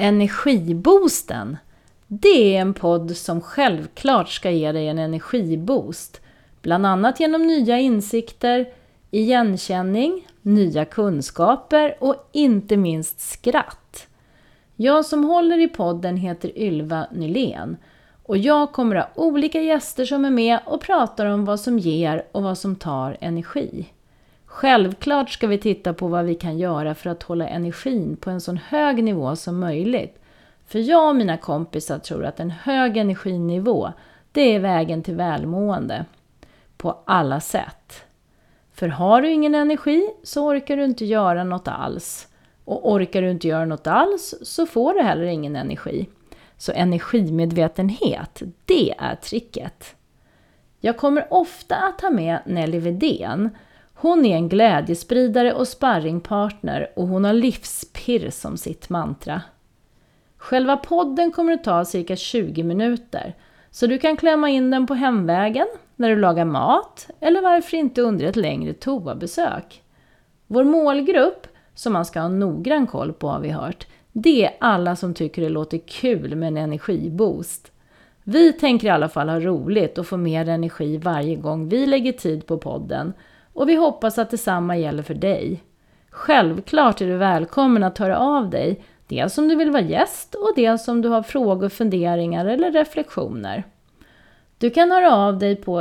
Energiboosten. Det är en podd som självklart ska ge dig en energiboost. Bland annat genom nya insikter, igenkänning, nya kunskaper och inte minst skratt. Jag som håller i podden heter Ylva Nylén och jag kommer ha olika gäster som är med och pratar om vad som ger och vad som tar energi. Självklart ska vi titta på vad vi kan göra för att hålla energin på en sån hög nivå som möjligt. För jag och mina kompisar tror att en hög energinivå, det är vägen till välmående. På alla sätt. För har du ingen energi så orkar du inte göra något alls. Och orkar du inte göra något alls så får du heller ingen energi. Så energimedvetenhet, det är tricket. Jag kommer ofta att ha med Nelly Vedén. Hon är en glädjespridare och sparringpartner och hon har livspirr som sitt mantra. Själva podden kommer att ta cirka 20 minuter. Så du kan klämma in den på hemvägen, när du lagar mat eller varför inte under ett längre toabesök. Vår målgrupp, som man ska ha noggrann koll på har vi hört, det är alla som tycker det låter kul med en energiboost. Vi tänker i alla fall ha roligt och få mer energi varje gång vi lägger tid på podden och vi hoppas att detsamma gäller för dig. Självklart är du välkommen att höra av dig, dels om du vill vara gäst och dels om du har frågor, funderingar eller reflektioner. Du kan höra av dig på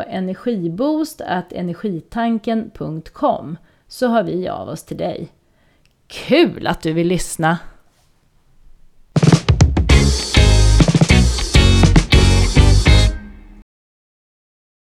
energiboost@energitanken.com så hör vi av oss till dig. Kul att du vill lyssna!